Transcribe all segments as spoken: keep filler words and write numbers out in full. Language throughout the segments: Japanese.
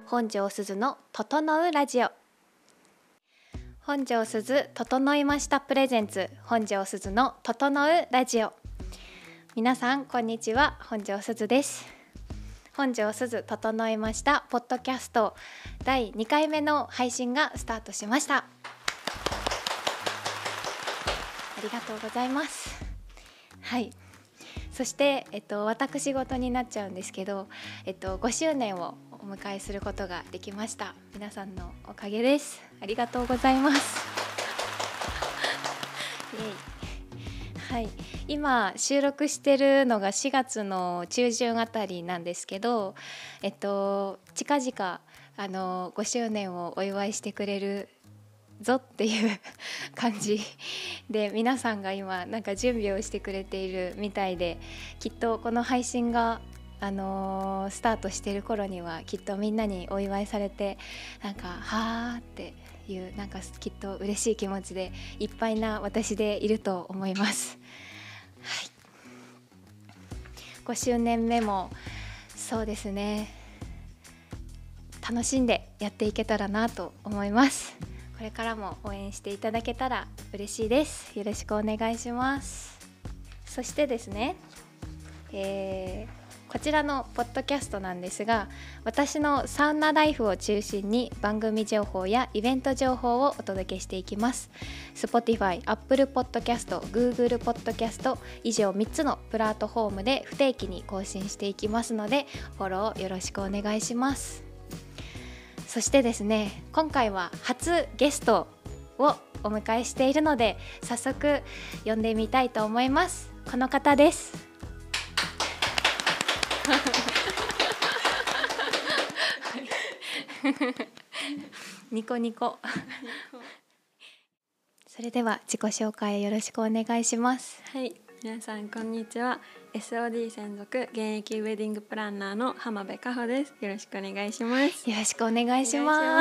本庄すずの整うラジオ。本庄すず整いましたプレゼンツ、本庄すずの整うラジオ。皆さんこんにちは、本庄すずです。本庄すず整いましたポッドキャストだいにかいめの配信がスタートしました。ありがとうございます。はい、そして、えっと、私事になっちゃうんですけど、えっと、ごしゅうねんをお迎えすることができました。皆さんのおかげです。ありがとうございます。イエイ。はい、今収録してるのがしがつの中旬あたりなんですけど、えっと、近々あのごしゅうねんをお祝いしてくれるぞっていう感じで、皆さんが今なんか準備をしてくれているみたいで、きっとこの配信が、あのー、スタートしている頃にはきっとみんなにお祝いされて、なんかはーっていうなんかきっと嬉しい気持ちでいっぱいな私でいると思います。はい、ごしゅうねんめもそうですね、楽しんでやっていけたらなと思います。これからも応援していただけたら嬉しいです。よろしくお願いします。そしてですね、えー、こちらのポッドキャストなんですが、私のサウナライフを中心に番組情報やイベント情報をお届けしていきます。 Spotify、Apple Podcast、Google Podcast 以上みっつのプラットフォームで不定期に更新していきますので、フォローよろしくお願いします。そしてですね、今回は初ゲストをお迎えしているので、早速呼んでみたいと思います。この方です。ニコニコ。それでは自己紹介よろしくお願いします。 はい、皆さんこんにちは。エスオーディー 専属現役ウェディングプランナーの浜辺香穂です。よろしくお願いします。 よろしくお願いします。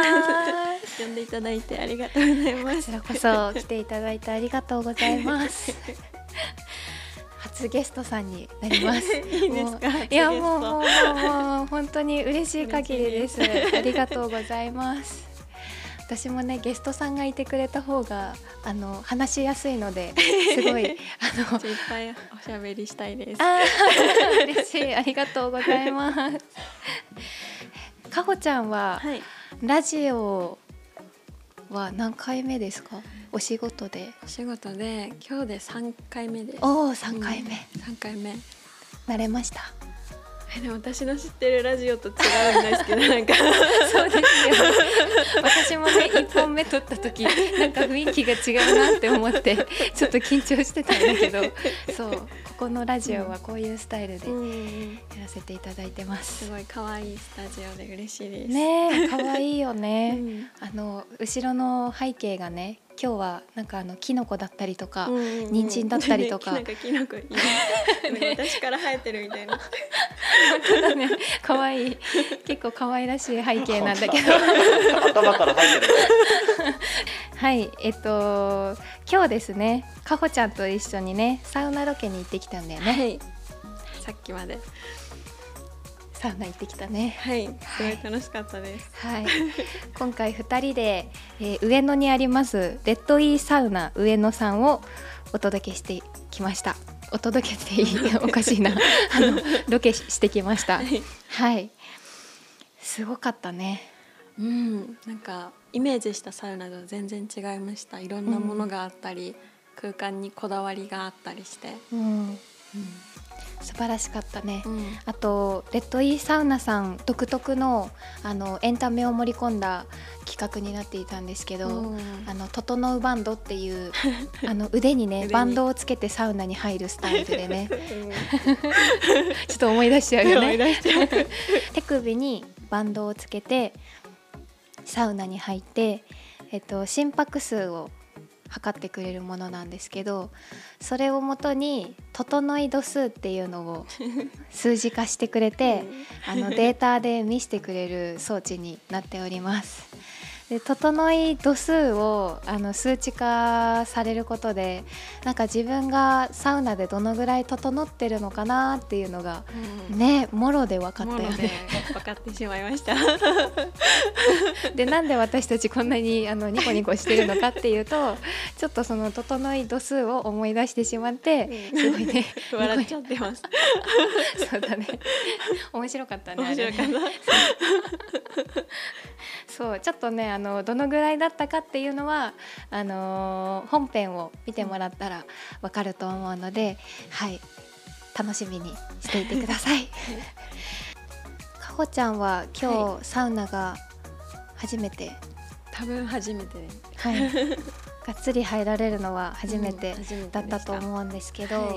呼んでいただいてありがとうございます。 こちらこそ来ていただいてありがとうございます。初ゲストさんになります。 いいですか？ いや、もうもうもうもう本当に嬉しい限りです。ありがとうございます。私もね、ゲストさんがいてくれた方があの話しやすいので、すごいあのいっぱいおしゃべりしたいです。 あ嬉しい、ありがとうございます。かほちゃんは、はい、ラジオは何回目ですか？お仕事で。 お仕事で今日でさんかいめです。 おお、さんかいめ、 うん、さんかいめ。 慣れました？ でも私の知ってるラジオと違うんですけど、なんかそうですよ。私もね、いっぽんめ撮った時なんか雰囲気が違うなって思ってちょっと緊張してたんだけど、そう、ここのラジオはこういうスタイルでやらせていただいてます。 すごい可愛いスタジオで嬉しいですね。可愛いよね、 うん、 あの後ろの背景がね、今日はなんかあのキノコだったりとか、うんうんうん、人参だったりとか、 なんかキノコいい、ね、私から生えてるみたいな。 本当だね、可愛い、結構可愛らしい背景なんだけど頭から生えてるはい、えっと今日ですね、かほちゃんと一緒にね、サウナロケに行ってきたんだよね。 はい、さっきまでサウナ行ってきたね。 はい、すごい楽しかったです。 はい、今回ふたりで、えー、上野にありますレッドイーサウナ上野さんをお届けしてきました。お届けしていいおかしいなあのロケしてきました。はい、はい、すごかったね。 うん、なんかイメージしたサウナと全然違いました。いろんなものがあったり、うん、空間にこだわりがあったりして、 うんうん、素晴らしかったね、うん、あとレッドイーサウナさん独特 の, あのエンタメを盛り込んだ企画になっていたんですけど、うん、あの整うバンドっていうあの腕にね腕にバンドをつけてサウナに入るスタイルでねちょっと思い出しちゃうよね手首にバンドをつけてサウナに入って、えっと、心拍数を測ってくれるものなんですけど、それをもとに整い度数っていうのを数字化してくれてあのデータで見せてくれる装置になっております。 で整い度数をあの数値化されることでなんか自分がサウナでどのぐらい整ってるのかなっていうのが、うん、ねもろで分かったよね。 分かってしまいましたでなんで私たちこんなにあのニコニコしてるのかっていうとちょっとその整い度数を思い出してしまって、うん、すごいね笑っちゃってますそうだね面白かったね。 面白かったそうちょっとねあのどのぐらいだったかっていうのはあのー、本編を見てもらったらわかると思うので、はい楽しみにしていてくださいかほちゃんは今日、はい、サウナが初めて多分初めてで、 はい、がっつり入られるのは初めてだったと思うんですけど、うんはい、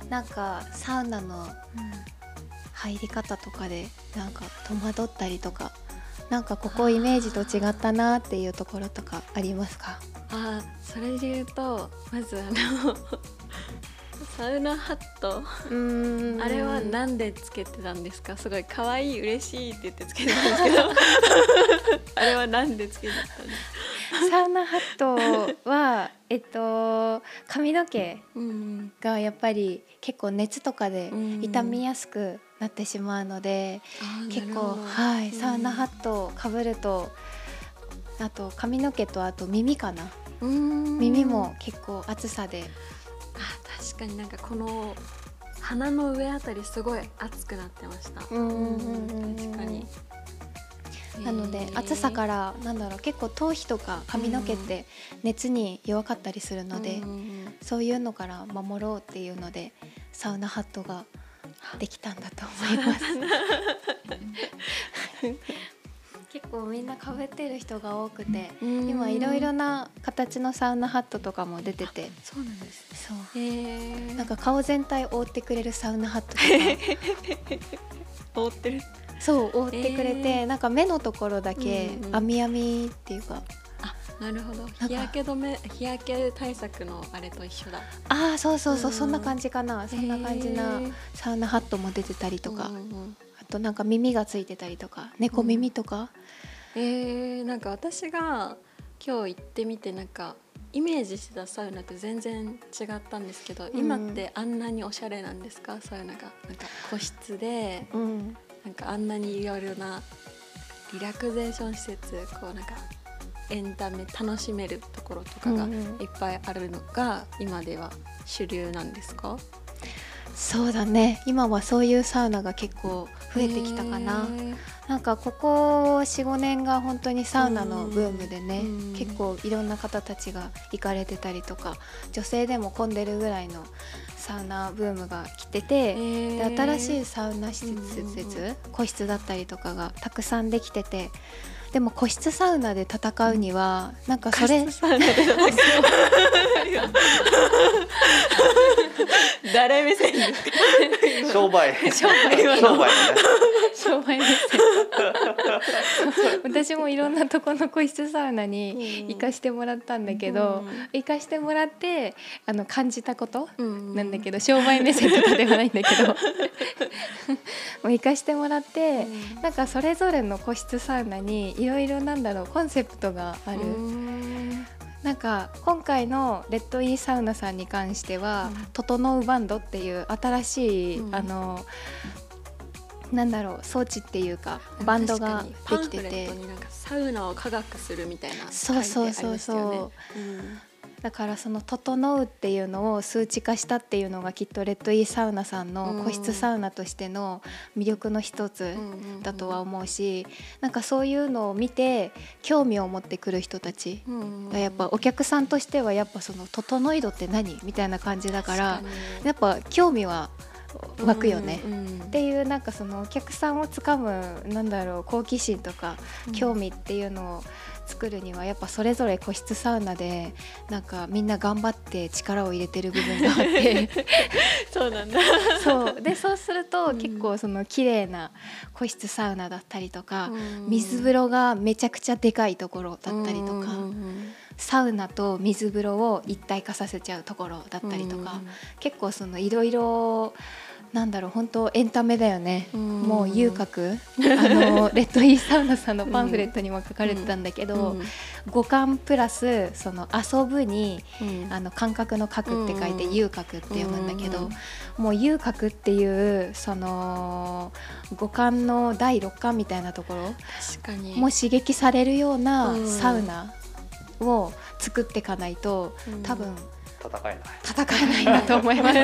なんかサウナの入り方とかでなんか戸惑ったりとかなんかここイメージと違ったなっていうところとかありますか？ あそれで言うとまずあのサウナハットうーんあれはなんでつけてたんですか？すごい可愛い嬉しいって言ってつけてたんですけどあれはなんでつけてたんですか？ サウナハットはえっと髪の毛がやっぱり結構熱とかで傷みやすくなってしまうので、結構はいサウナハットをかぶるとあと髪の毛とあと耳かな耳も結構暑さであ確かになんかこの鼻の上あたりすごい熱くなってました。 うんうんうん確かになので暑さからなんだろう結構頭皮とか髪の毛って熱に弱かったりするので、うん、そういうのから守ろうっていうのでサウナハットができたんだと思います結構みんな被ってる人が多くて今いろいろな形のサウナハットとかも出ててそうなんです。 そうへなんか顔全体覆ってくれるサウナハットとか覆ってるそう覆ってくれて、えー、なんか目のところだけ網網っていうか、うんうん、 あなるほど日焼け止め日焼け対策のあれと一緒だ。 ああそうそうそう、うん、そんな感じかなそんな感じなサウナハットも出てたりとか、うんうん、あとなんか耳がついてたりとか猫耳とか、 うん、えー、なんか私が今日行ってみてなんかイメージしてたサウナと全然違ったんですけど、うん、今ってあんなにおしゃれなんですか？サウナがなんか個室で、うんなんかあんなにいろいろなリラクゼーション施設こうなんかエンタメ楽しめるところとかがいっぱいあるのが今では主流なんですか？ そうだね今はそういうサウナが結構増えてきたかな。なんかここ よん,ご 年が本当にサウナのブームでね結構いろんな方たちが行かれてたりとか女性でも混んでるぐらいのサウナブームが来ててで新しいサウナ施設個室だったりとかがたくさんできててでも個室サウナで戦うにはなんかそれ個室サウナで戦う誰目線ですか？ 商売商売商売ね商売目線私もいろんなとこの個室サウナに行かしてもらったんだけど、うん、行かしてもらってあの感じたことなんだけど、うん、商売目線とかではないんだけどもう行かしてもらって、うん、なんかそれぞれの個室サウナにいろいろなんだろうコンセプトがある。なんか今回のレッドイーサウナさんに関しては、うん、整うバンドっていう新しい、うん、あのなんだろう装置っていうかバンドができててパンフレットになんかサウナを科学するみたいな書いてありましたよね。そうそうそうそう、うんだからその整うっていうのを数値化したっていうのがきっとレッドイーサウナさんの個室サウナとしての魅力の一つだとは思うしなんかそういうのを見て興味を持ってくる人たちがやっぱお客さんとしてはやっぱその整い度って何みたいな感じだからやっぱ興味は湧くよね、うんうん、っていうなんかそのお客さんをつかむなんだろう好奇心とか興味っていうのを作るにはやっぱそれぞれ個室サウナでなんかみんな頑張って力を入れてる部分があってそうなんだそうでそうすると結構その綺麗な個室サウナだったりとか、うん、水風呂がめちゃくちゃでかいところだったりとか、うん、サウナと水風呂を一体化させちゃうところだったりとか、うん、結構そのいろいろなんだろう本当エンタメだよね。 うんもう遊郭あのレッドイーサウナさんのパンフレットにも書かれてたんだけど、 うん五感プラスその遊ぶにうんあの感覚の覚って書いてうん遊郭って読むんだけど、 うんもう遊郭っていうその五感の第六感みたいなところ確かにも刺激されるようなうんサウナを作っていかないと、 うん多分戦えない。 戦えないなと思います。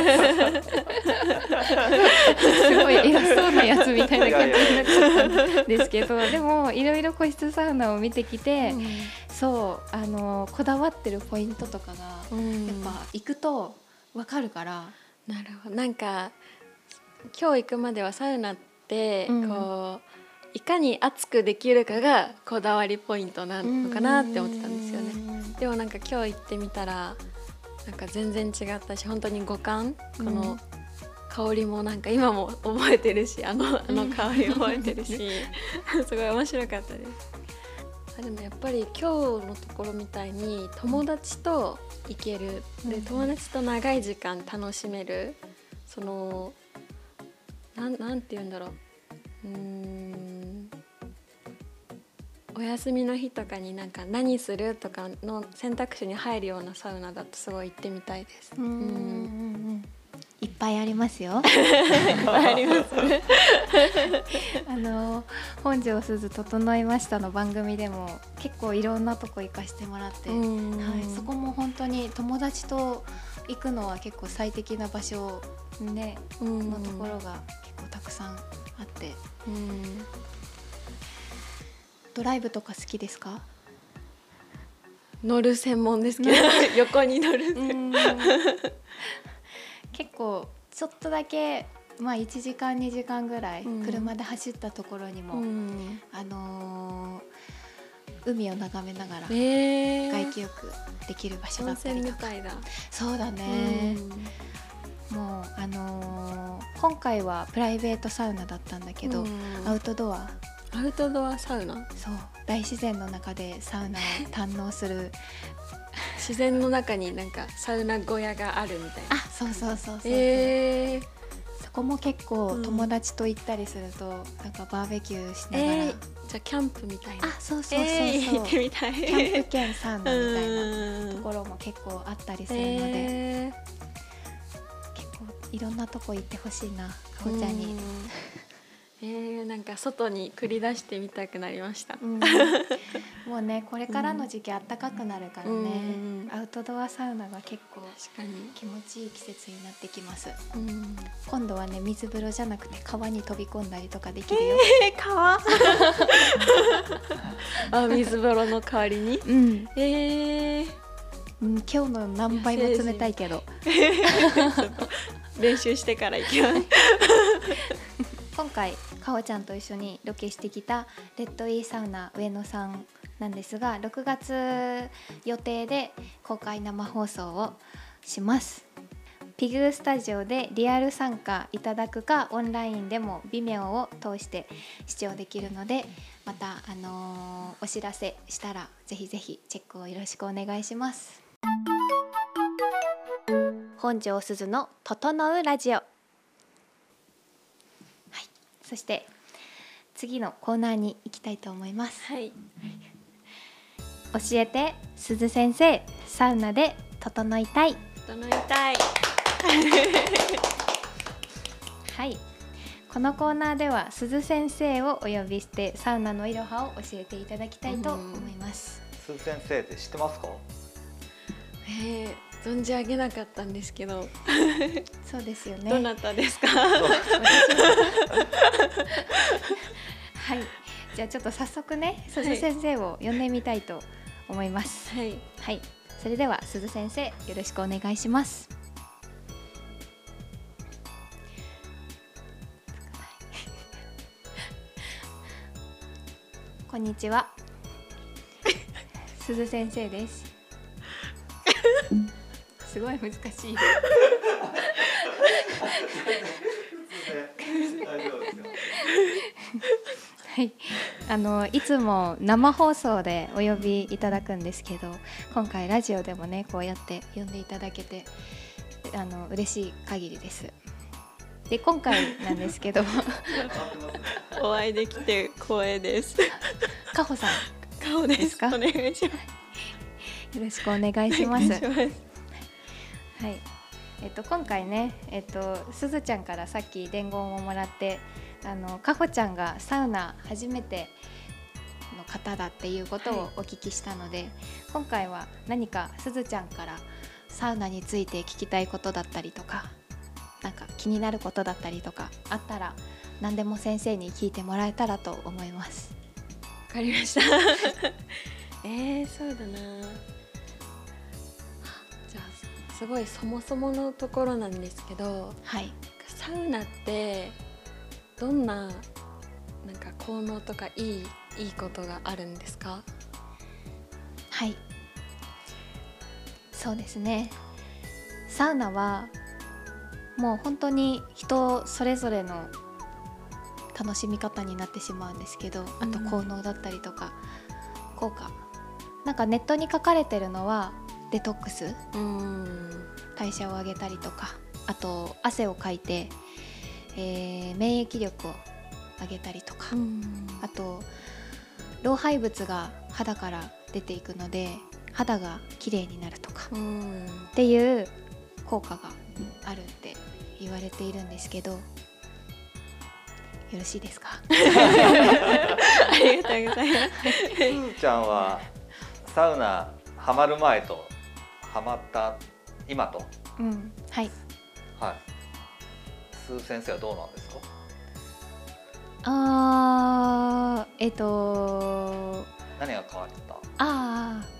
すごい偉そうなやつみたいな感じになっちゃったんですけど、でもいろいろ個室サウナを見てきて、そうあのこだわってるポイントとかがうんやっぱ行くと分かるから、 なるほど。なんか今日行くまではサウナってうんこう、いかに熱くできるかがこだわりポイントなのかなって思ってたんですよね。でもなんか今日行ってみたらなんか全然違ったし、本当に五感、この香りもなんか今も覚えてるし、あのあの香り覚えてるしすごい面白かったです。あでもやっぱり今日のところみたいに友達と行ける、で友達と長い時間楽しめる、そのなんなんて言うんだろう、うーんお休みの日とかになんか何するとかの選択肢に入るようなサウナだとすごい行ってみたいです。 うんうんうんいっぱいありますよ。 ありますね。 あの本庄すず整いましたの番組でも結構いろんなとこ行かしてもらって、 うんはい、そこも本当に友達と行くのは結構最適な場所、ね、 うんのところが結構たくさんあって、 うんドライブとか好きですか？ 乗る専門ですけど横に乗る結構ちょっとだけ、まあ、いちじかんにじかんぐらいうん車で走ったところにも、 うんあのー海を眺めながらえー、 外気浴できる場所だ温ったりとか、 泉みたいだ。 そうだね、もう、あのー今回はプライベートサウナだったんだけど、 うんアウトドア、 アウトドアサウナ、 そう大自然の中でサウナを堪能する自然の中になんかサウナ小屋があるみたいな。 あそうそうそうそうそう、 えーそこも結構うん友達と行ったりすると、なんかバーベキューしながら、 えー、じゃあキャンプみたいな。 あそうそうそうそう、 えー、行ってみたい。 キャンプ兼サウナみたいなうんところも結構あったりするので、 えー結構いろんなとこ行ってほしいな、かおちゃんに。 うんえー、なんか外に繰り出してみたくなりました。 うんもうねこれからの時期あったかくなるからね、 うんアウトドアサウナが結構確かに。 気持ちいい季節になってきます。 うん、 今度はね水風呂じゃなくて川に飛び込んだりとかできるよ。 えー、川あ水風呂の代わりに。 うん、 えー、 うん、今日の何倍も冷たいけど練習してから行きます。 今回かおちゃんと一緒にロケしてきたレッドイーサウナ上野さんなんですが、ろくがつ予定で公開生放送をします。ピグスタジオでリアル参加いただくか、オンラインでも Vimeo を通して視聴できるので、また、あのーお知らせしたらぜひぜひチェックをよろしくお願いします。本庄すずの整うラジオ、そして次のコーナーに行きたいと思います。 はい。 教えてすず先生、サウナで整いたい。 整いたい。 はい、このコーナーではすず先生をお呼びしてサウナのいろはを教えていただきたいと思います。 すず先生って知ってますか？ えー、存じ上げなかったんですけど、 そうですよね。 どなたですか？ 私ははい、じゃあちょっと早速ね、すず先生を呼んでみたいと思います。 はい。 はい、それではすず先生、よろしくお願いします。こんにちは、すず先生です。すごい難しい。はい、あのいつも生放送でお呼びいただくんですけど、今回ラジオでもねこうやって呼んでいただけて、あの嬉しい限りです。 で今回なんですけどお会いできて光栄です。 かほさん顔です。 ですかお願いします。 よろしくお願いします。 お願いします。 はい、えっと今回ね、えっとすずちゃんからさっき伝言をもらって、あのかほちゃんがサウナ初めての方だっていうことをお聞きしたので、はい、今回は何かすずちゃんからサウナについて聞きたいことだったりとか、なんか気になることだったりとかあったら何でも先生に聞いてもらえたらと思います。 わかりました。えー、そうだな。じゃあすごいそもそものところなんですけど、 はい、 サウナってどんななんか効能とかいいいいことがあるんですか？ はい、そうですね。サウナはもう本当に人それぞれの楽しみ方になってしまうんですけど、あと効能だったりとか、うん、効果、なんかネットに書かれてるのはデトックス、うん、代謝を上げたりとか、あと汗をかいて、えー、免疫力を上げたりとか、うん、あと老廃物が肌から出ていくので肌がきれいになるとか、うん、っていう効果があるって言われているんですけど、よろしいですか？ ありがとうございます。 すずちゃんはサウナハマる前とハマった今と、 うん、はいはい、すず先生はどうなんですか？ あーえっと何が変わった？ ああ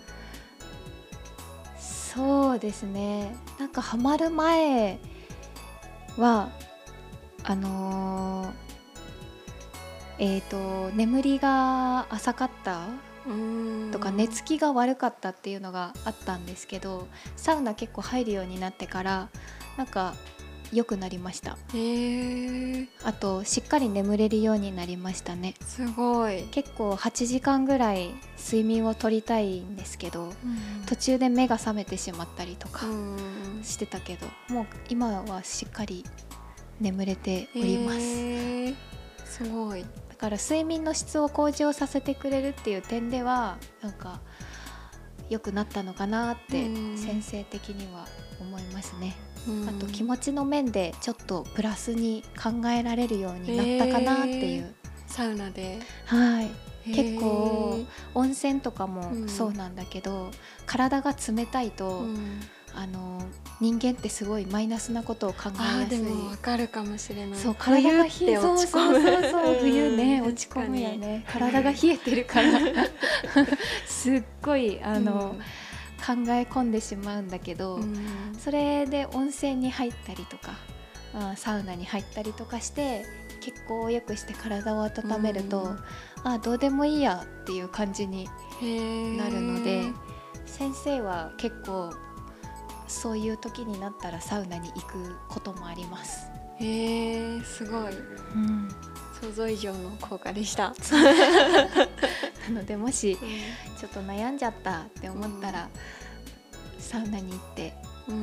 そうですね、なんかハマる前はあのー、えーと眠りが浅かったとか寝つきが悪かったっていうのがあったんですけど、サウナ結構入るようになってからなんか良くなりました。へー。あとしっかり眠れるようになりましたね。 すごい。 結構はちじかんぐらい睡眠をとりたいんですけど、うん、途中で目が覚めてしまったりとかしてたけど、もう今はしっかり眠れております。 へー。すごい。 だから睡眠の質を向上させてくれるっていう点ではなんか良くなったのかなって先生的には思いますね。あと気持ちの面でちょっとプラスに考えられるようになったかなっていう、 サウナで、 はい、結構温泉とかもそうなんだけど、うん、体が冷たいと、うん、あの人間ってすごいマイナスなことを考えやすい。 あ、でも分かるかもしれない。 そう、体が冷え、そうそうそうそう冬ね落ち込むよね。体が冷えてるからすっごいあの、うん、考え込んでしまうんだけど、うん、それで温泉に入ったりとか、あサウナに入ったりとかして血行を良くして体を温めると、うん、あどうでもいいやっていう感じになるので、先生は結構そういう時になったらサウナに行くこともあります。 へー、すごい、うん、想像以上の効果でしたなのでもしちょっと悩んじゃったって思ったら、うん、サウナに行って、うん、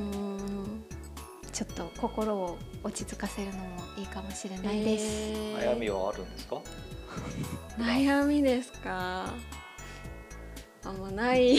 ちょっと心を落ち着かせるのもいいかもしれないです。 えー、悩みはあるんですか？ 悩みですか？あんまない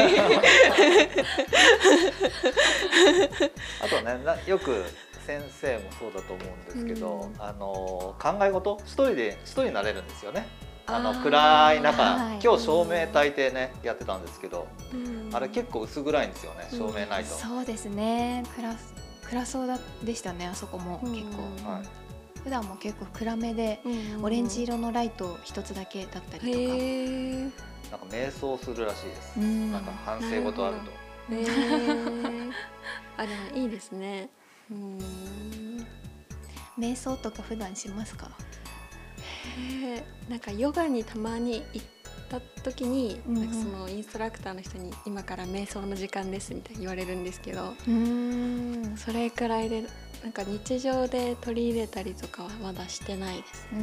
あとね、なよく先生もそうだと思うんですけど、うん、あの考え事一人で一人になれるんですよね。あの暗い中、はい、今日照明焚いてねやってたんですけど、うん、あれ結構薄暗いんですよね、照明ないと。 うん、そうですね、暗暗そうだでしたね、あそこも結構、はい、普段も結構暗めで、うん、オレンジ色のライト一つだけだったりとか、へー、 なんか瞑想するらしいです。うん、なんか反省事あると。 へーあ、でもいいですね。うん、 瞑想とか普段しますか？ へー、なんかヨガにたまに行った時に、うん、なんかそのインストラクターの人に今から瞑想の時間ですみたいに言われるんですけど、うん、それくらいでなんか日常で取り入れたりとかはまだしてないです。うんうん、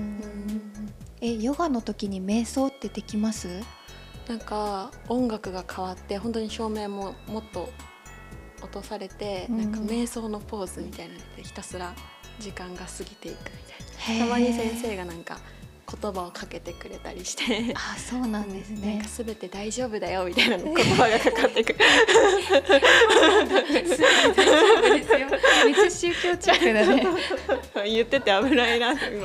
え、ヨガの時に瞑想ってできます？ なんか音楽が変わって本当に照明ももっと落とされて、うん、なんか瞑想のポーズみたいなのでひたすら時間が過ぎていくみたいな。たまに先生がなんか言葉をかけてくれたりしてあ、そうなんですね。 なんか全て大丈夫だよみたいな言葉がかかってくるすごい大丈夫ですよ。めっちゃ宗教チックだね言ってて危ないなって今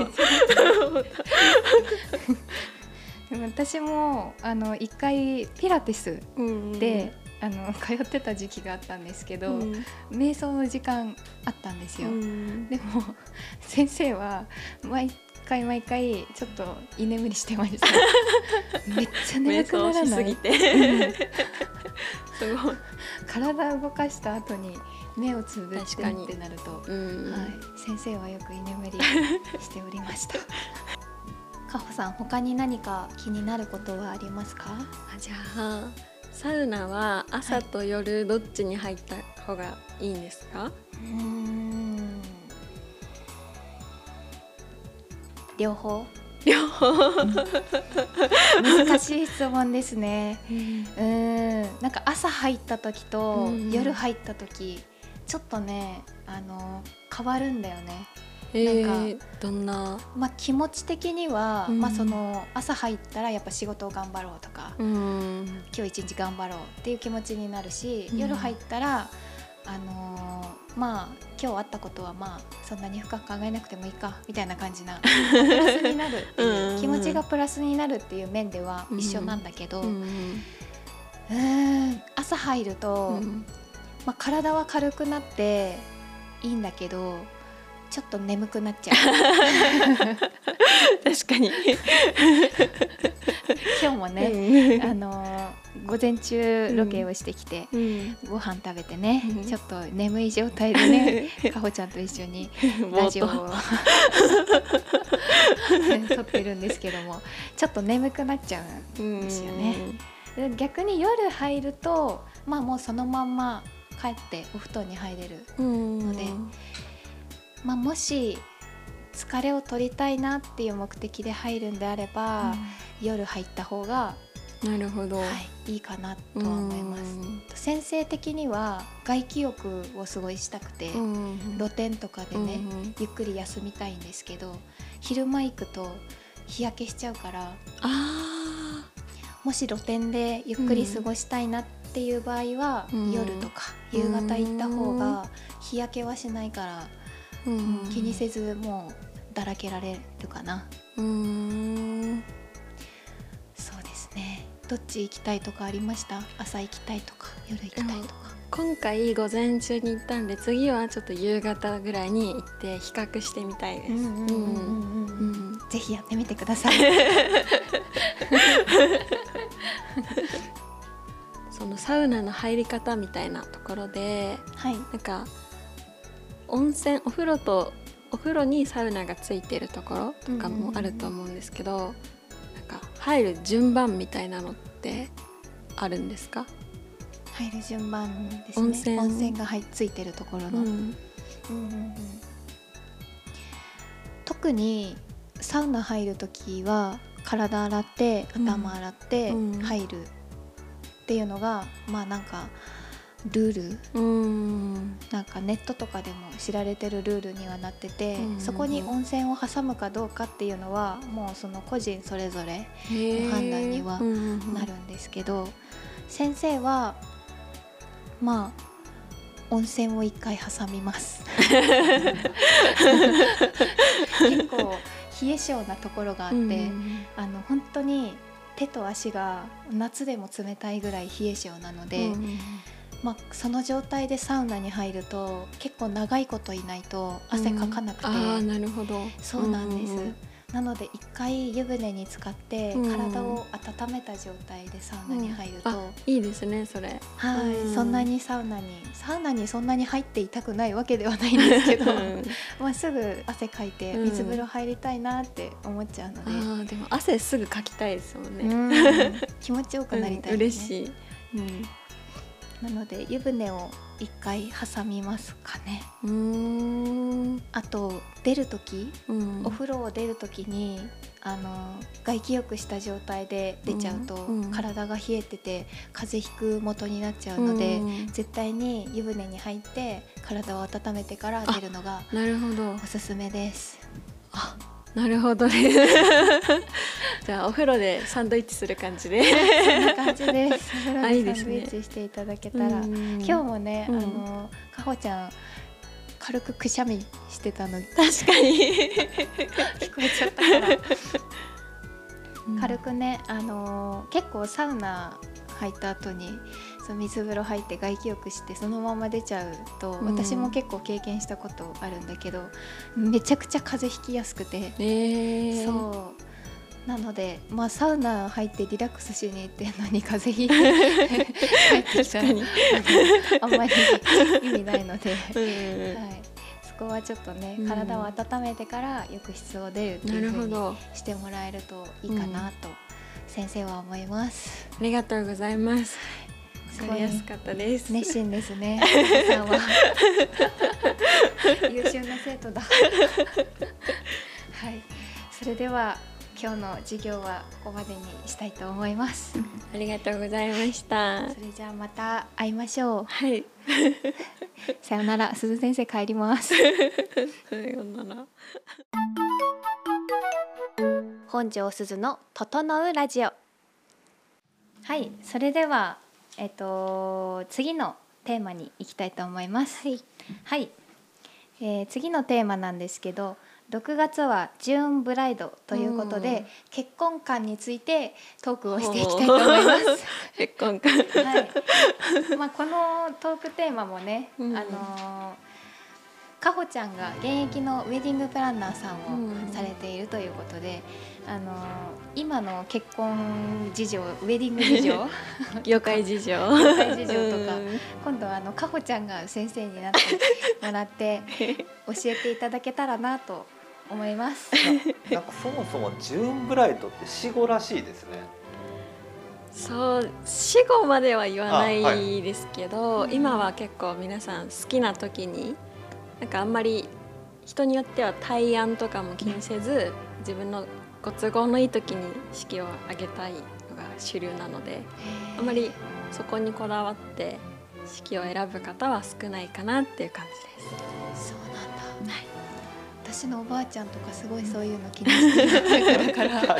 でも私もあの一回ピラティスで、うん、あの通ってた時期があったんですけど、うん、瞑想の時間あったんですよ、うん、でも先生は毎回毎回ちょっと居眠りしてましためっちゃ眠くならない？ 瞑想しすぎて、 うん、すごい体動かした後に目をつぶってってなると、うんはい、先生はよく居眠りしておりましたかほさん、他に何か気になることはありますか？ あ、じゃあサウナは朝と夜どっちに入った方がいいんですか？はい、うーん両方両方難しい質問ですね、うん、うーんなんか朝入った時と夜入った時、うん、ちょっとねあの変わるんだよね。 えー、なんかどんな、 まあ、気持ち的には、うんまあ、その朝入ったらやっぱ仕事を頑張ろうとか、うん、今日一日頑張ろうっていう気持ちになるし、うん、夜入ったらあのー、まあ今日あったことはまあそんなに深く考えなくてもいいかみたいな感じなプラスになるっていう気持ちがプラスになるっていう面では一緒なんだけど、うん、うーん朝入ると、うんまあ、体は軽くなっていいんだけどちょっと眠くなっちゃう確かに今日もね、あのー、午前中ロケをしてきて、うん、ご飯食べてね、うん、ちょっと眠い状態でねかほちゃんと一緒にラジオを撮ってるんですけどもちょっと眠くなっちゃうんですよね。で逆に夜入ると、まあ、もうそのまんま帰ってお布団に入れるので、まあ、もし疲れを取りたいなっていう目的で入るんであれば、うん、夜入った方がなるほど、 はい、いいかなとは思います。先生的には外気浴をすごいしたくて、うん、露天とかでね、うん、ゆっくり休みたいんですけど昼間行くと日焼けしちゃうからあもし露天でゆっくり過ごしたいなっていう場合は、うん、夜とか夕方行った方が日焼けはしないからうん、気にせずもうだらけられるかな。うーんそうですね。どっち行きたいとかありました？朝行きたいとか夜行きたいとか。 今回午前中に行ったんで次はちょっと夕方ぐらいに行って比較してみたいです。 ぜひやってみてくださいそのサウナの入り方みたいなところで、はい、なんか温泉お風呂とお風呂にサウナがついてるところとかもあると思うんですけど、うんうんうん、なんか入る順番みたいなのってあるんですか？ 入る順番ですね。 温泉、 温泉が入ついてるところの、うんうんうんうん、特にサウナ入るときは体洗って頭洗って入るっていうのが、うん、まあなんかルール、うん、なんかネットとかでも知られてるルールにはなってて、うん、そこに温泉を挟むかどうかっていうのはもうその個人それぞれの判断にはなるんですけど、うん、先生はまあ温泉を一回挟みます結構冷え性なところがあって、うん、あの本当に手と足が夏でも冷たいぐらい冷え性なので、うんまあ、その状態でサウナに入ると結構長いこといないと汗かかなくて、うん、 あーなるほどそうなんです、うんうん、なので一回湯船に浸かって体を温めた状態でサウナに入ると、うんうん、 いいですねそれ、 はい、うん、そんなにサウナにサウナにそんなに入っていたくないわけではないんですけど、うん、まあすぐ汗かいて水風呂入りたいなって思っちゃうので、 うん、あでも汗すぐかきたいですもんね、 うん、気持ちよくなりたいですね、 うん、嬉しい、うんなので湯船を一回挟みますかね。 うーん、 あと出る時、 うん、 お風呂を出る時にあの外気浴した状態で出ちゃうと、 うんうん、 体が冷えてて風邪ひく元になっちゃうので、うん、絶対に湯船に入って体を温めてから出るのがなるほどおすすめです。 あ、なるほどねじゃあお風呂でサンドイッチする感じでそんな感じです。お風呂でサンドイッチしていただけたら、いいね、今日もね、うん、あのかほちゃん軽くくしゃみしてたの確かに聞こえちゃったから、うん、軽くね、あのー、結構サウナ入った後にその水風呂入って外気浴してそのまま出ちゃうと、うん、私も結構経験したことあるんだけどめちゃくちゃ風邪ひきやすくて、 えー、 そうなので、まあ、サウナ入ってリラックスしに行ってるのに風邪ひいて帰ってきたらあんまり意味ないので、うん、はい、そこはちょっとね、うん、体を温めてから浴室を出るっていう風にしてもらえるといいかなと先生は思います。 ありがとうございます。わかりやすかったです。 熱心ですね。さんは優秀な生徒だ。はい、それでは今日の授業はここまでにしたいと思います。 ありがとうございました。 それじゃあまた会いましょう。 はい。 さよなら、鈴先生帰ります。 さよなら。 本庄すずの整うラジオ。はい、それではえっと次のテーマに行きたいと思います。はい、はい、えー、次のテーマなんですけど、ろくがつはジューンブライドということで、うん、結婚観についてトークをしていきたいと思います。 結婚観、 はい、まあ、このトークテーマもね、うん、あのかほちゃんが現役のウェディングプランナーさんをされているということで、うん、あの今の結婚事情、ウェディング事情業界事情業界事情とか、うん、今度はあのかほちゃんが先生になってもらって教えていただけたらなと思います。 な, なんかそもそもジューンブライドって死後らしいですね。 そう死後までは言わないですけど、はい、今は結構皆さん好きな時になんかあんまり人によっては大安とかも気にせず自分のご都合のいい時に式を挙げたいのが主流なので、あんまりそこにこだわって式を選ぶ方は少ないかなっていう感じです。 そうなんだ、はい、私のおばあちゃんとかすごいそういうの気にしてるから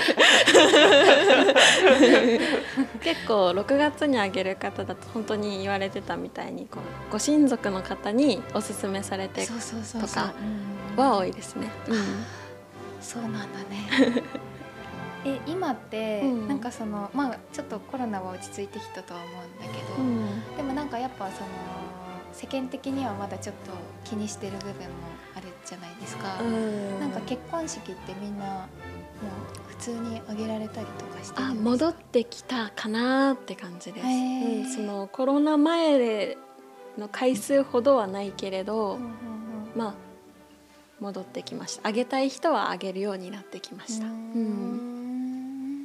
結構ろくがつにあげる方だと本当に言われてたみたいにこうご親族の方におすすめされてとかは多いですね。うん、 そうなんだね。え今って、うん、なんかそのまあちょっとコロナは落ち着いてきたとは思うんだけど、うん、でもなんかやっぱその世間的にはまだちょっと気にしてる部分もあるじゃないですか。うん、なんか結婚式ってみんなもう普通に挙げられたりとかしてるんですか？あ、 戻ってきたかなって感じです。うん、そのコロナ前の回数ほどはないけれど、うんうんうん、まあ戻ってきました。挙げたい人は挙げるようになってきました。うん、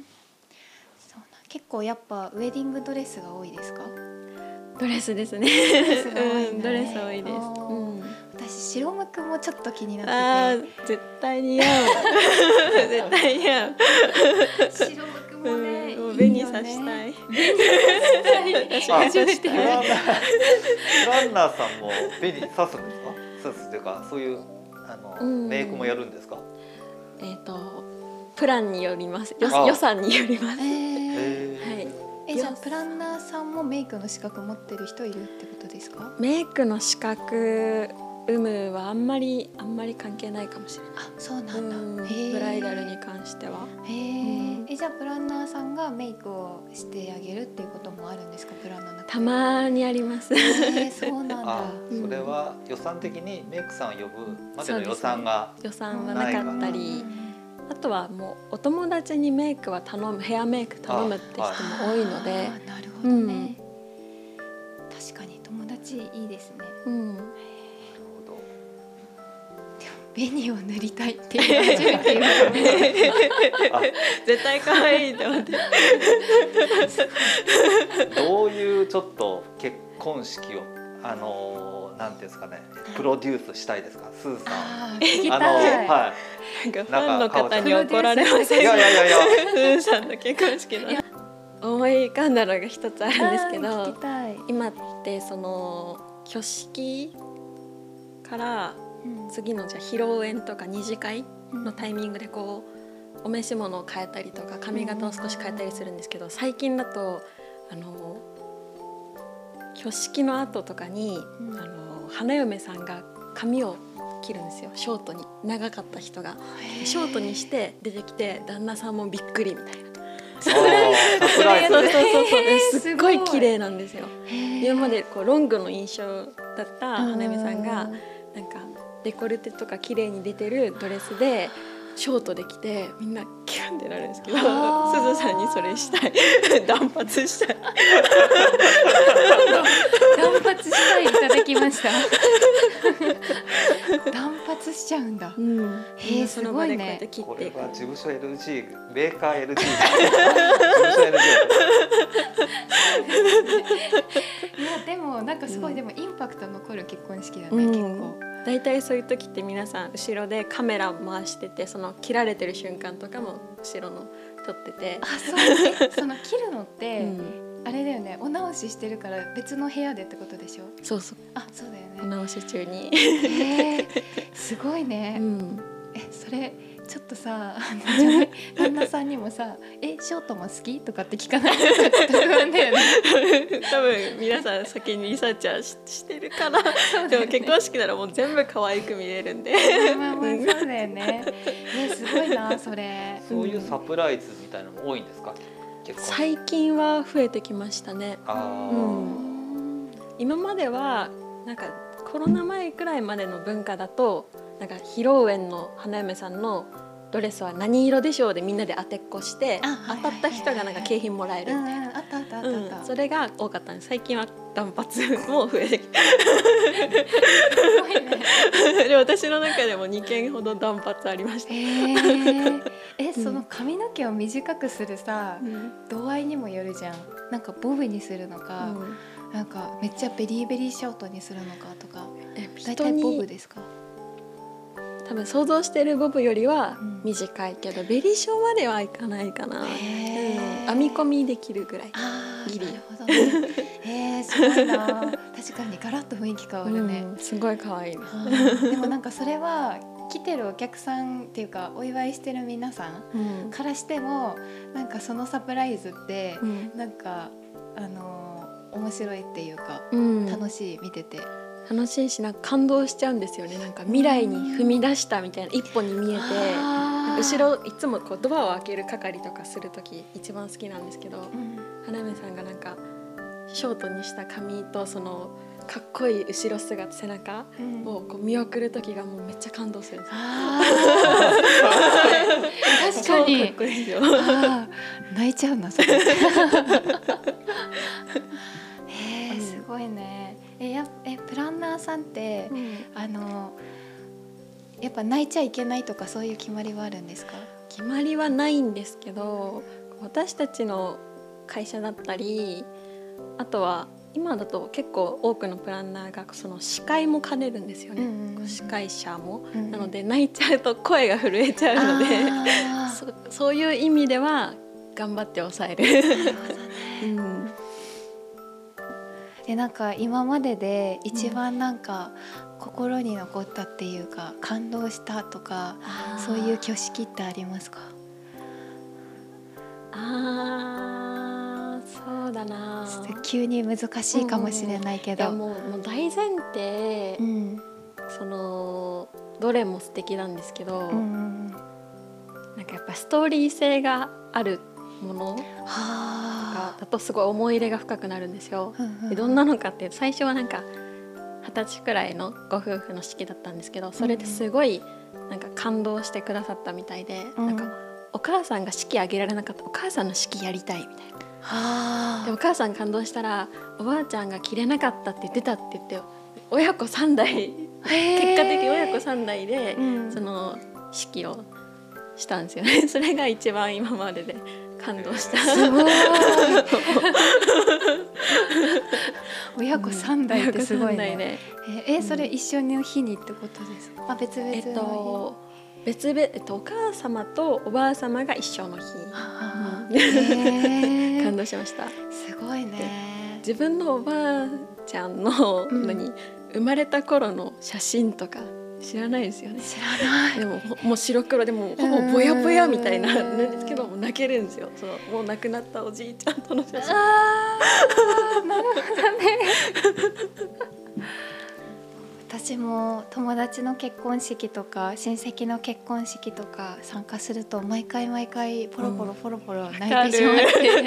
そうな。結構やっぱウェディングドレスが多いですか？ ドレスですね。 ドレスが多い、ね、 うん、ドレス多いです。うん、 私白むくもちょっと気になってて。 あ、絶対似合う。絶対似合う。 白むくもね、 うん、紅さしたい。 紅さしたい。プランナーさんも紅さすんですか？さすというかそういうあの、うん、メイクもやるんですか？ えっとプランによります。予算によります。えー、はい。え、じゃあプランナーさんもメイクの資格持ってる人いるってことですか？ メイクの資格有無はあんまりあんまり関係ないかもしれない。 あ、そうなんだ。うん、 ブライダルに関しては。 へえ、うん、え、じゃあプランナーさんがメイクをしてあげるっていうこともあるんですか？プランナーの中で。 たまにあります。 えー、そうなんだ。 それは予算的にメイクさんを呼ぶまでの予算が、 ね、予算はなかったり。あとはもうお友達にメイクは頼む、ヘアメイク頼むって人も多いので。 あ、なるほどね、うん、確かに友達いいですね。うん、紅を塗りたいって初めて言われた。絶対可愛いと思って。 どういうちょっと結婚式をあのなんていうんですかね、プロデュースしたいですか、スーさん。 あー聞きあのたい。 はい。 なんかファンの方に怒られませんいやいやいやいや。 スーさんの結婚式の思い浮かんだのが一つあるんですけあーど、 聞きたい。 今ってその挙式からうん次のじゃあ披露宴とか二次会のタイミングでこうお召し物を変えたりとか髪型を少し変えたりするんですけど、最近だとあの挙式の後とかに、 うんあの花嫁さんが髪を切るんですよ、ショートに。長かった人がショートにして出てきて旦那さんもびっくりみたいな。 サプライズそうそうそうそう、 へーすっごい綺麗なんですよ。 へー今までこうロングの印象だった花嫁さんがうんなんかデコルテとか綺麗に出てるドレスでショートで着てみんなキュンってなるんですけど、すあーずさんにそれしたい断髪したい。 断髪したいいただきました。断髪しちゃうんだ。 うんへーその場でこうやすごいねって切こっていく。 れは事務所 エルジー、メーカー エルジー 事務所 エルジいやでもなんかすごい、でもインパクト残る結婚式だね、 うん結構。 だいたいそういう時って皆さん後ろでカメラ回してて、その切られてる瞬間とかも後ろの撮ってて、 あ、そう。えその切るのって、 うんあれだよね。お直ししてるから別の部屋でってことでしょ。 そうそう、 あ、そうだよね。 お直し中に。 へーすごいね。 うんえ、それちょっとさ、あのじゃない旦那さんにもさ、え、ショートも好きとかって聞かないとちょっと不安だよね。 多分皆さん先にリサーチャー し, してるから、 そうだよねでも結婚式ならもう全部可愛く見えるんで。 まあまあそうだよね。え、すごいなそれ。 ー。そういうサプライズみたいなのも多いんですか、結婚式。 最近は増えてきましたね。 あー、 うん今まではなんかコロナ前くらいまでの文化だと、なんか披露宴の花嫁さんのドレスは何色でしょうでみんなで当てっこしてあはい当たった人がなんか景品もらえるうんうん、 みたいな、 あったあったあったあった。 うん、それが多かったんです。最近は断髪も増えてきてすごいね。 で私の中でもにけんほど断髪ありました。 えー、え、 うんその髪の毛を短くするさ、 うん度合いにもよるじゃん。なんかボブにするのか、なんかめっちゃベリーベリーショートにするのかとか。 え大体人にボブですか。 多分想像してるボブよりはうん短いけど、ベリーショーまではいかないかな、 へーうん編み込みできるぐらい。 あーギリなるほどね。えー、すごいな。確かにガラッと雰囲気変わるね。 うんすごい可愛いです。 あーでもなんかそれは来てるお客さんっていうかお祝いしてる皆さんうんからしてもなんかそのサプライズってうんなんかあのー面白いっていうかうん楽しい見てて。 楽しいし、なんか感動しちゃうんですよね。なんか未来に踏み出したみたいな一歩に見えて、 あー後ろいつもこうドアを開ける係とかする時一番好きなんですけど、 うん花嫁さんがなんかショートにした髪とそのかっこいい後ろ姿背中うんをこう見送る時がもうめっちゃ感動するんですよ。 あー確か超かにっこいいですよ。 あー泣いちゃうなそれ。えー、すごいね。えやえプランナーさんって、あのやっぱ泣いちゃいけないとかそういう決まりはあるんですか？ 決まりはないんですけど、私たちの会社だったり、あとは今だと結構多くのプランナーがその司会も兼ねるんですよね、 うんうんうん司会者も、 うんうんなので泣いちゃうと声が震えちゃうのであーそ, そういう意味では頑張って抑える。 なるほどね。 うんえなんか今までで一番なんか心に残ったっていうか感動したとか、そういう挙式ってありますか？ あーそうだな。 急に難しいかもしれないけど、 いやもうもう大前提、 うんそのどれも素敵なんですけど、 うんうん、 なんかやっぱストーリー性があるものはがだとすごい思い入れが深くなるんですよ。 あ、うんうんでどんなのかっていうと、最初はなんかはたちくらいのご夫婦の式だったんですけど、それですごいなんか感動してくださったみたいで、 うんなんかお母さんが式挙げられなかったお母さんの式やりたいみたいな。 はあ、 でお母さん感動したらおばあちゃんが着れなかったって言ってたって言って親子さんだい結果的に親子さんだいでうんその式をしたんですよね。それが一番今までで感動した。 すごい親子さんだいってすごいね。ねえー、それ一緒の日にってことですか？あ、別々の日。 えっと別々、えっと、お母様とおばあ様が一緒の日。 へー感動しました。 すごいね。 自分のおばあちゃんの、うん、何生まれた頃の写真とか知らないですよね。 知らない。 でももう白黒でもほぼぼやぼやみたいななんですけども泣けるんですよ。そのもう亡くなったおじいちゃんとの写真。 あーなるほどね。私も友達の結婚式とか親戚の結婚式とか参加すると毎回毎回ポロポロポロポロ泣いてしまって、うん、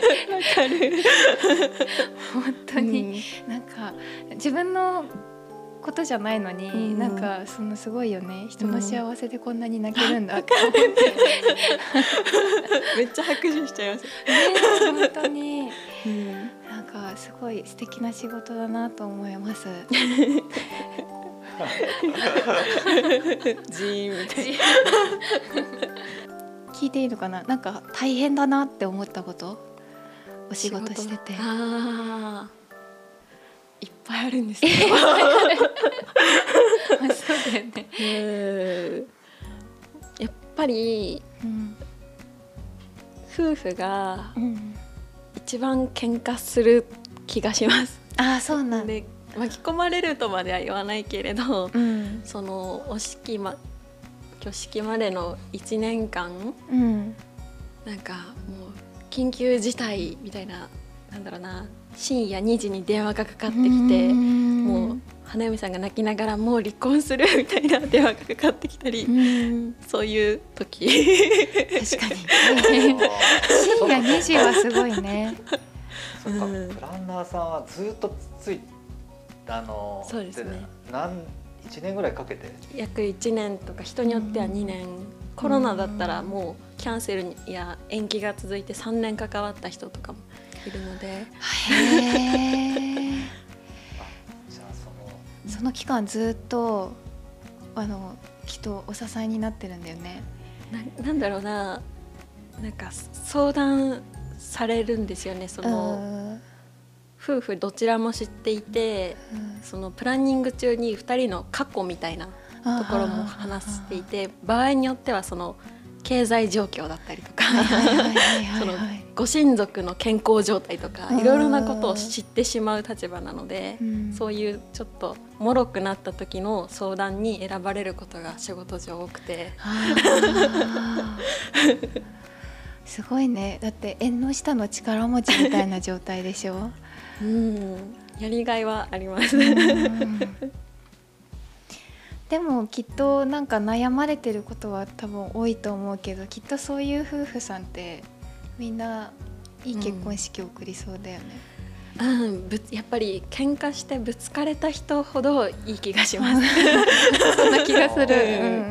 本当に、うん、なんか自分のことじゃないのに、うん、なんかそのすごいよね、人の幸せでこんなに泣けるんだって思って、うん、 めっちゃ拍手しちゃいますね。 本当に、うん、なんかすごい素敵な仕事だなと思います。ジーンみたいな。聞いていいのかな。なんか大変だなって思ったことお仕事してて。 あいっぱいあるんですけどそうだよね。 やっぱり、うん、夫婦が一番喧嘩する気がします。 あ、そうなんで巻き込まれるとまでは言わないけれど、うん、そのお式、ま、挙式までのいちねんかん、うん、なんかもう緊急事態みたいな、なんだろうな、深夜にじに電話がかかってきて、もう花嫁さんが泣きながらもう離婚するみたいな電話がかかってきたり、そういう時確かに深夜にじはすごいね。 そっか、プランナーさんはずっとついあのそうですね、 何いちねんぐらいかけて約いちねんとか人によってはにねん、うん、コロナだったらもうキャンセルや延期が続いてさんねん関わった人とかもいるので、へーじゃあそのその期間ずっとあのきっとお支えになってるんだよね。 な, なんだろうな、なんか相談されるんですよね。その夫婦どちらも知っていて、うん、そのプランニング中にふたりの過去みたいなところも話していて、場合によってはその経済状況だったりとかそのご親族の健康状態とかいろいろなことを知ってしまう立場なので、うん、そういうちょっと脆くなった時の相談に選ばれることが仕事上多くてすごいね。だって縁の下の力持ちみたいな状態でしょ。 うん、やりがいはありますでもきっとなんか悩まれてることは多分多いと思うけど、きっとそういう夫婦さんってみんないい結婚式を送りそうだよね。 うんうん、ぶやっぱり喧嘩してぶつかれた人ほどいい気がしますそんな気がする、うんうん、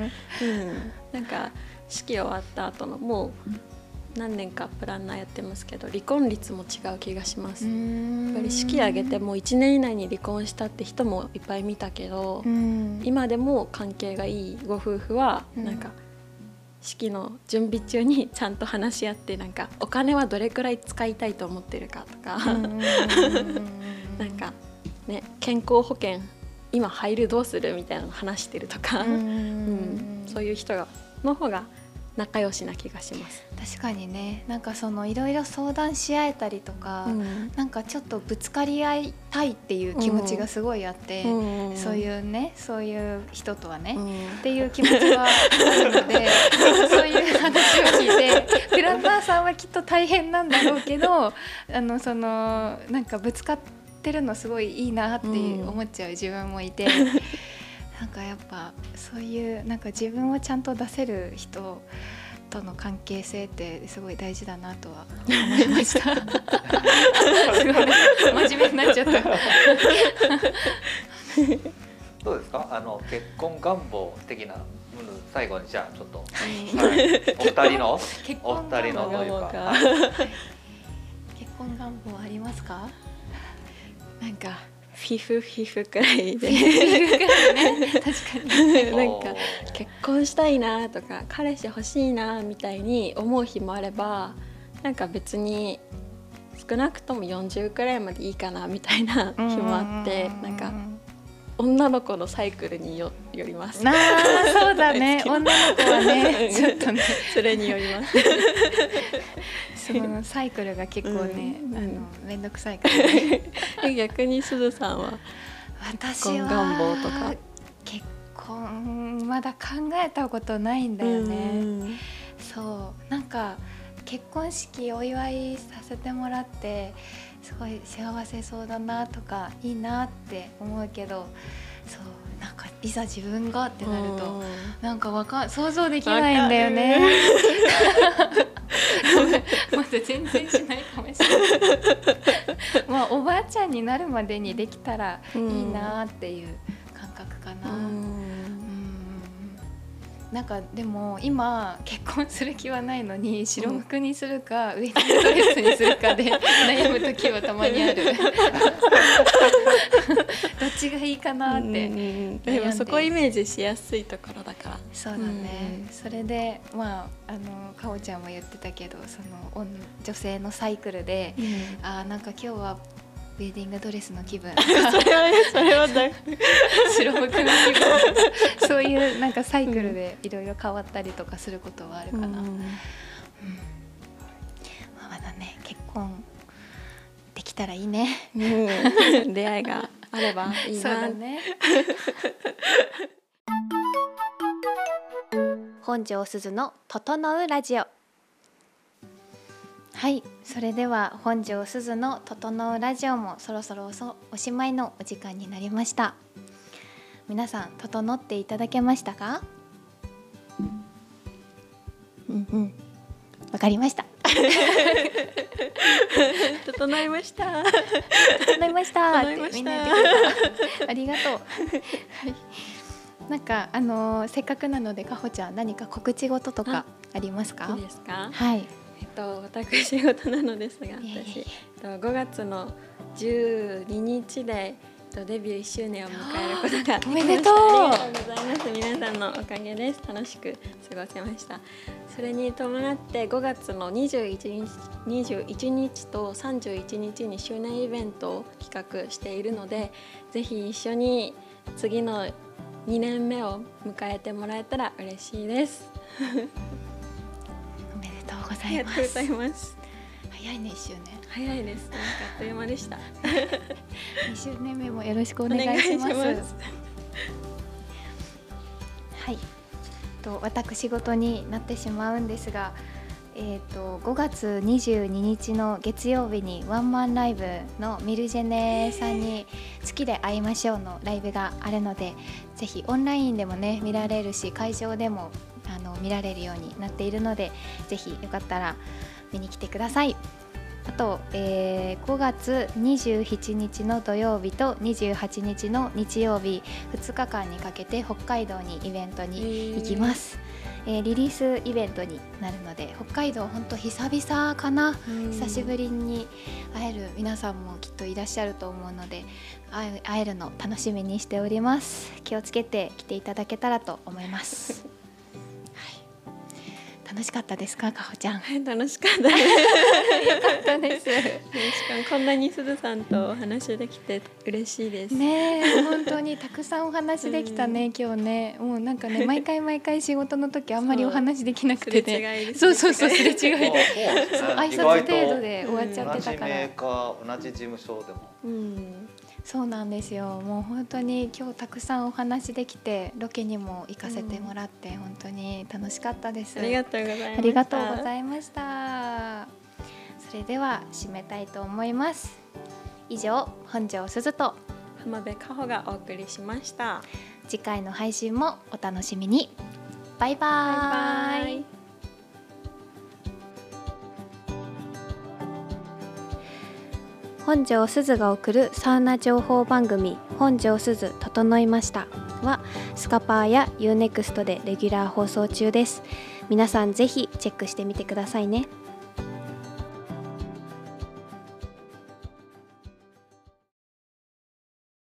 なんか式終わった後のもう何年かプランナーやってますけど、離婚率も違う気がします。やっぱり式挙げてもういちねん以内に離婚したって人もいっぱい見たけど、今でも関係がいいご夫婦はなんか式の準備中にちゃんと話し合って、なんかお金はどれくらい使いたいと思ってるかとかなんかね、健康保険今入るどうするみたいなの話してるとか、うん、そういう人がの方が仲良しな気がします。 確かにね、なんかそのいろいろ相談し合えたりとか、うん、なんかちょっとぶつかり合いたいっていう気持ちがすごいあって、うん、そういうね、そういう人とはね、うん、っていう気持ちはあるのでそういう話を聞いてプランナーさんはきっと大変なんだろうけど、あのそのなんかぶつかってるのすごいいいなって思っちゃう自分もいて、なんかやっぱそういうなんか自分をちゃんと出せる人との関係性ってすごい大事だなとは思いましたすごい真面目になっちゃったどうですか、あの結婚願望的なもの、最後にじゃあちょっと、はい、お二人のお二人のというか、はい、 結婚願望ありますか？ なんかフィフフィフくらいでね、確かになんか結婚したいなとか彼氏欲しいなみたいに思う日もあれば、 なんか別に少なくともよんじゅうくらいまでいいかなみたいな日もあって、なんか女の子のサイクルに よ, よります。 あそうだね女の子はねちょっとねそれによりますそのサイクルが結構ね、うん、あのめんどくさいからね逆にすずさんは私は結婚願望とか結婚まだ考えたことないんだよね、うん、そうなんか結婚式お祝いさせてもらってすごい幸せそうだなとかいいなって思うけど、そうなんかいざ自分がってなるとなんかわか想像できないんだよねまだ全然しないかもしれないまあおばあちゃんになるまでにできたらいいなっていう感覚かな。なんかでも今結婚する気はないのに白服にするか、うん、ウェディングドレスにするかで悩む時はたまにあるどっちがいいかなって悩んで、 でもそこイメージしやすいところだから。 そうだね、それでまああのかおちゃんも言ってたけどその女性のサイクルで、うん、あなんか今日はウェディングドレスの気分それはねそれはだ白服の気分そういうなんかサイクルでいろいろ変わったりとかすることはあるかな、うんうん、まあ、まだね結婚できたらいいね、 うん、出会いがあればいいな。 そうだね本庄すずの整うラジオ。はい、それでは本庄すずの整うラジオもそろそろ お, おしまいのお時間になりました。皆さん整っていただけましたか？うんうん、わかりました整いました整いました整いましたってみんな言ってくれたありがとう、はい、なんかあのー、せっかくなのでかほちゃん何か告知事とかありますか？ いいですか？ はい、 えっと、私事なのですが、私、えっと、ごがつのじゅうににちでデビューいっしゅうねんを迎えることができました。 おめでとう。 ありがとうございます。皆さんのおかげです。楽しく過ごせました。それに伴ってごがつのにじゅういちにち、にじゅういちにちとさんじゅういちにちに周年イベントを企画しているので、ぜひ一緒に次のにねんめを迎えてもらえたら嬉しいですおめでとうございます。 ありがとうございます。 早いね、いっしゅうねん。 早いです。なんかあっという間でしたにしゅうねんめもよろしくお願いします。はい、と私事になってしまうんですが、えー、とごがつにじゅうににちの月曜日にワンマンライブのミルジェネさんに月で会いましょうのライブがあるので、ぜひオンラインでもね見られるし、会場でもあの見られるようになっているので、ぜひよかったら見に来てください。あと、えー、ごがつにじゅうしちにちの土曜日とにじゅうはちにちの日曜日ふつかかんにかけて北海道にイベントに行きます。えー、リリースイベントになるので、北海道本当久々かな、久しぶりに会える皆さんもきっといらっしゃると思うので、会えるの楽しみにしております。気をつけて来ていただけたらと思います楽しかったですか、かほちゃん？ はい、楽しかったですよかったですしかもこんなにすずさんとお話できて嬉しいですね。え本当にたくさんお話できたね、うん、今日ね。もうなんかね毎回毎回仕事の時あんまりお話できなくてねそう、そうそうそうすれ違いで挨拶程度で終わっちゃってたから、 同じメーカー同じ事務所でも、 うん、そうなんですよ。もう本当に今日たくさんお話できて、ロケにも行かせてもらって、うん、本当に楽しかったです。 ありがとうございました。 ありがとうございました。それでは締めたいと思います。以上、本庄すずと浜辺かほがお送りしました。 次回の配信もお楽しみに。バイバイ。バイバイ。本庄すずが送るサウナ情報番組本庄すず整いましたはスカパーや ユーネクスト でレギュラー放送中です。皆さんぜひチェックしてみてくださいね。